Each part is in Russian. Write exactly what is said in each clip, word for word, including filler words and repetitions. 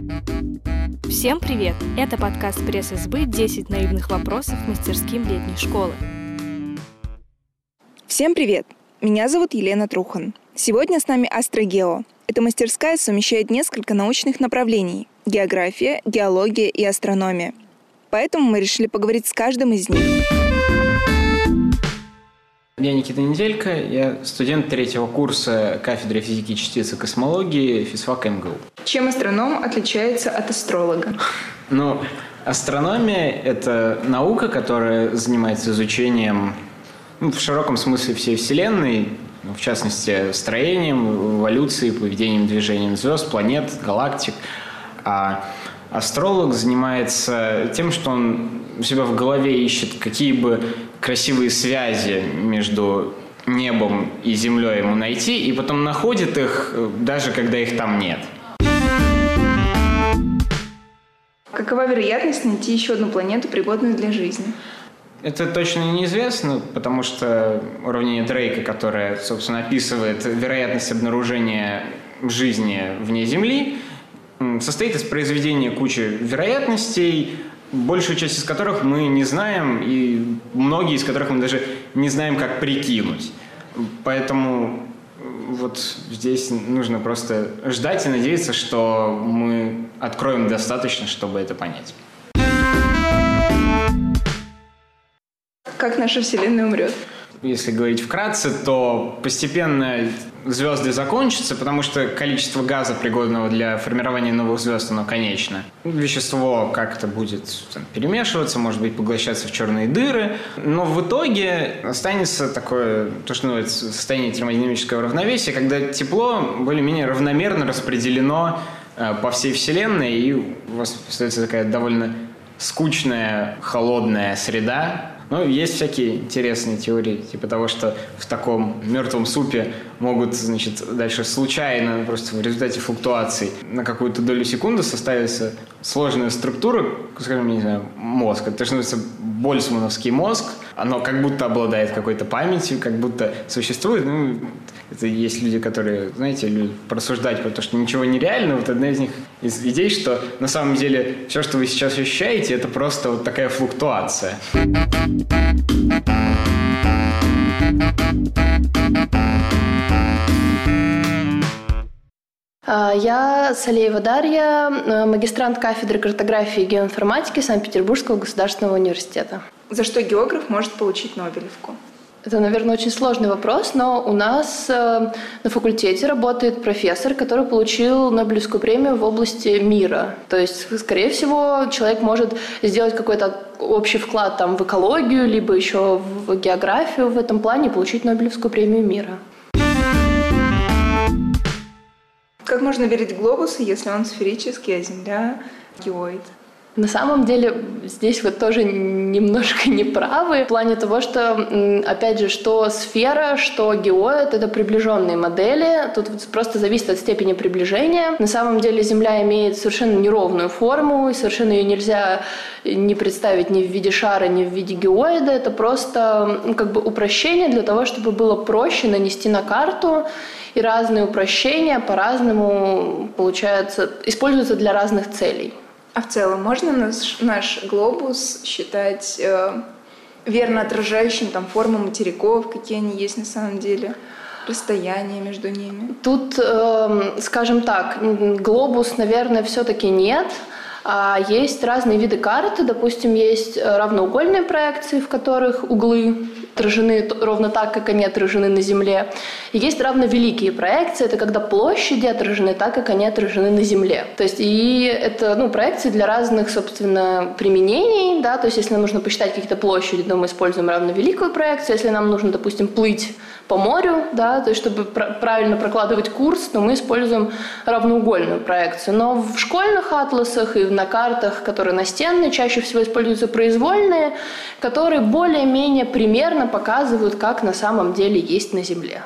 Всем привет! Это подкаст пресс-избы «десять наивных вопросов мастерским летней школы». Всем привет! Меня зовут Елена Трухан. Сегодня с нами Астрогео. Эта мастерская совмещает несколько научных направлений – география, геология и астрономия. Поэтому мы решили поговорить с каждым из них. Я Никита Неделько, я студент третьего курса кафедры физики частиц и космологии физфака эм гэ у. Чем астроном отличается от астролога? Ну, астрономия – это наука, которая занимается изучением, ну, в широком смысле всей Вселенной, в частности, строением, эволюцией, поведением, движением звезд, планет, галактик. А астролог занимается тем, что он у себя в голове ищет какие бы красивые связи между небом и землей ему найти, и потом находит их, даже когда их там нет. Какова вероятность найти еще одну планету, пригодную для жизни? Это точно неизвестно, потому что уравнение Дрейка, которое, собственно, описывает вероятность обнаружения жизни вне Земли, состоит из произведения кучи вероятностей, большую часть из которых мы не знаем, и многие из которых мы даже не знаем, как прикинуть. Поэтому вот здесь нужно просто ждать и надеяться, что мы откроем достаточно, чтобы это понять. Как наша Вселенная умрет? Если говорить вкратце, то постепенно звезды закончатся, потому что количество газа, пригодного для формирования новых звезд, оно конечно. Вещество как-то будет там перемешиваться, может быть, поглощаться в черные дыры, но в итоге останется такое, то, что называется, состояние термодинамического равновесия, когда тепло более-менее равномерно распределено э, по всей Вселенной, и у вас остается такая довольно скучная, холодная среда. Ну, есть всякие интересные теории, типа того, что в таком мертвом супе могут, значит, дальше случайно, просто в результате флуктуаций на какую-то долю секунды составится сложная структура, скажем, не знаю, мозг. Это что называется больцмановский мозг. Оно как будто обладает какой-то памятью, как будто существует. Ну, это есть люди, которые, знаете, любят порассуждать про то, что ничего нереально. Вот одна из них из идей, что на самом деле все, что вы сейчас ощущаете, это просто вот такая флуктуация. Я Салеева Дарья, магистрант кафедры картографии и геоинформатики Санкт-Петербургского государственного университета. За что географ может получить Нобелевку? Это, наверное, очень сложный вопрос, но у нас на факультете работает профессор, который получил Нобелевскую премию в области мира. То есть, скорее всего, человек может сделать какой-то общий вклад там, в экологию, либо еще в географию в этом плане и получить Нобелевскую премию мира. Как можно верить глобусу, если он сферический, а Земля геоид? На самом деле здесь вы тоже немножко неправы в плане того, что, опять же, что сфера, что геоид – это приближенные модели. Тут просто зависит от степени приближения. На самом деле Земля имеет совершенно неровную форму, и совершенно ее нельзя не представить ни в виде шара, ни в виде геоида. Это просто ну, как бы упрощение для того, чтобы было проще нанести на карту. И разные упрощения по-разному, получается, используются для разных целей. А в целом можно наш, наш глобус считать э, верно отражающим там, формы материков, какие они есть на самом деле, расстояние между ними? Тут, э, скажем так, глобус, наверное, все-таки нет. А есть разные виды карты. Допустим, есть равноугольные проекции, в которых углы отражены ровно так, как они отражены на Земле. И есть равновеликие проекции. Это когда площади отражены так, как они отражены на Земле. То есть и это ну, проекции для разных, собственно, применений. Да? То есть если нам нужно посчитать какие-то площади, то мы используем равновеликую проекцию. Если нам нужно, допустим, плыть по морю, да, то есть чтобы пр- правильно прокладывать курс, то мы используем равноугольную проекцию. Но в школьных атласах и на картах, которые настенные, чаще всего используются произвольные, которые более-менее примерно показывают, как на самом деле есть на Земле.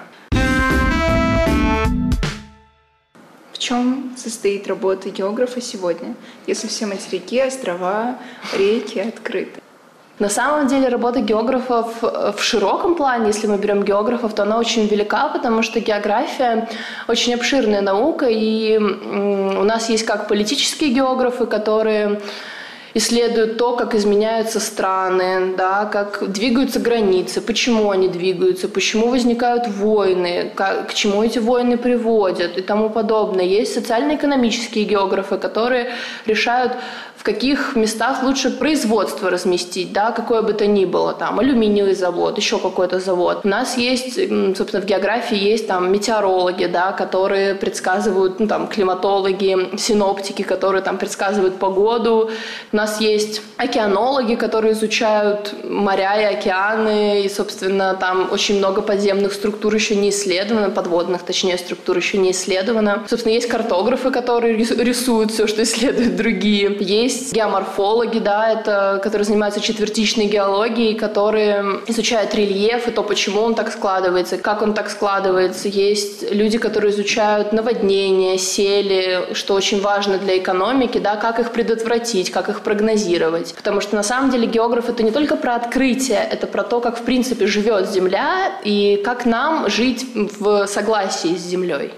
В чем состоит работа географа сегодня, если все материки, острова, реки открыты? На самом деле работа географов в широком плане, если мы берем географов, то она очень велика, потому что география очень обширная наука, и у нас есть как политические географы, которые исследуют то, как изменяются страны, да, как двигаются границы, почему они двигаются, почему возникают войны, как, к чему эти войны приводят и тому подобное. Есть социально-экономические географы, которые решают, в каких местах лучше производство разместить, да, какое бы то ни было, там, алюминиевый завод, еще какой-то завод. У нас есть, собственно, в географии есть там метеорологи, да, которые предсказывают, ну, там, климатологи, синоптики, которые там предсказывают погоду. У нас есть океанологи, которые изучают моря и океаны, и, собственно, там очень много подземных структур еще не исследовано, подводных, точнее, структур еще не исследовано. Собственно, есть картографы, которые рисуют все, что исследуют другие. Есть геоморфологи, да, это, которые занимаются четвертичной геологией, которые изучают рельеф и то, почему он так складывается, как он так складывается. Есть люди, которые изучают наводнения, сели, что очень важно для экономики, да, как их предотвратить, как их прогнозировать. Потому что на самом деле географ — это не только про открытие, это про то, как в принципе живет Земля и как нам жить в согласии с Землей.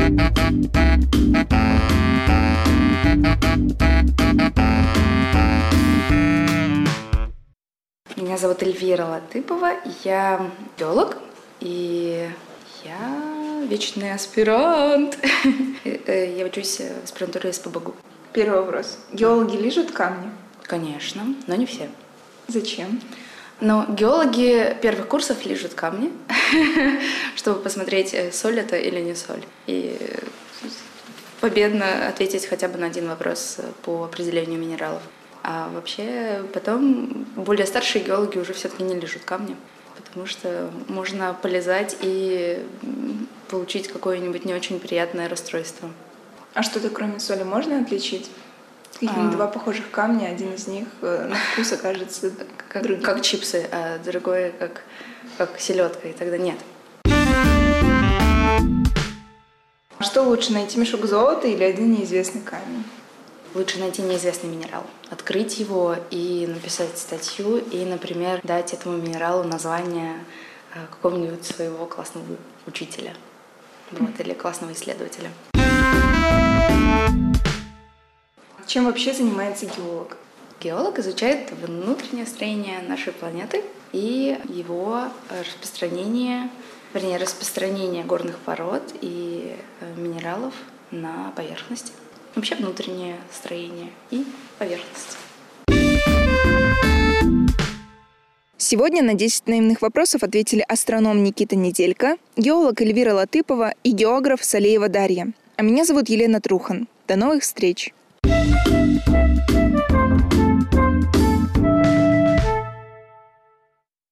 Меня зовут Эльвира Латыпова, я геолог, и я вечный аспирант. Я учусь в аспирантуре эс пэ бэ гэ у. Первый вопрос. Геологи лижут камни? Конечно, но не все. Зачем? Но геологи первых курсов лижут камни, чтобы посмотреть, соль это или не соль. И победно ответить хотя бы на один вопрос по определению минералов. А вообще потом более старшие геологи уже все-таки не лижут камни, потому что можно полезать и получить какое-нибудь не очень приятное расстройство. А что-то кроме соли можно отличить? Какие-нибудь а... два похожих камня, один из них на вкус окажется как, другим. Как чипсы, а другой как, как селедка, и тогда нет. Что лучше, найти мешок золота или один неизвестный камень? Лучше найти неизвестный минерал, открыть его и написать статью, и, например, дать этому минералу название какого-нибудь своего классного учителя, вот, или классного исследователя. Чем вообще занимается геолог? Геолог изучает внутреннее строение нашей планеты и его распространение, вернее, распространение горных пород и минералов на поверхности. Вообще внутреннее строение и поверхность. Сегодня на десять наивных вопросов ответили астроном Никита Неделько, геолог Эльвира Латыпова и географ Салеева Дарья. А меня зовут Елена Трухан. До новых встреч! Thank you.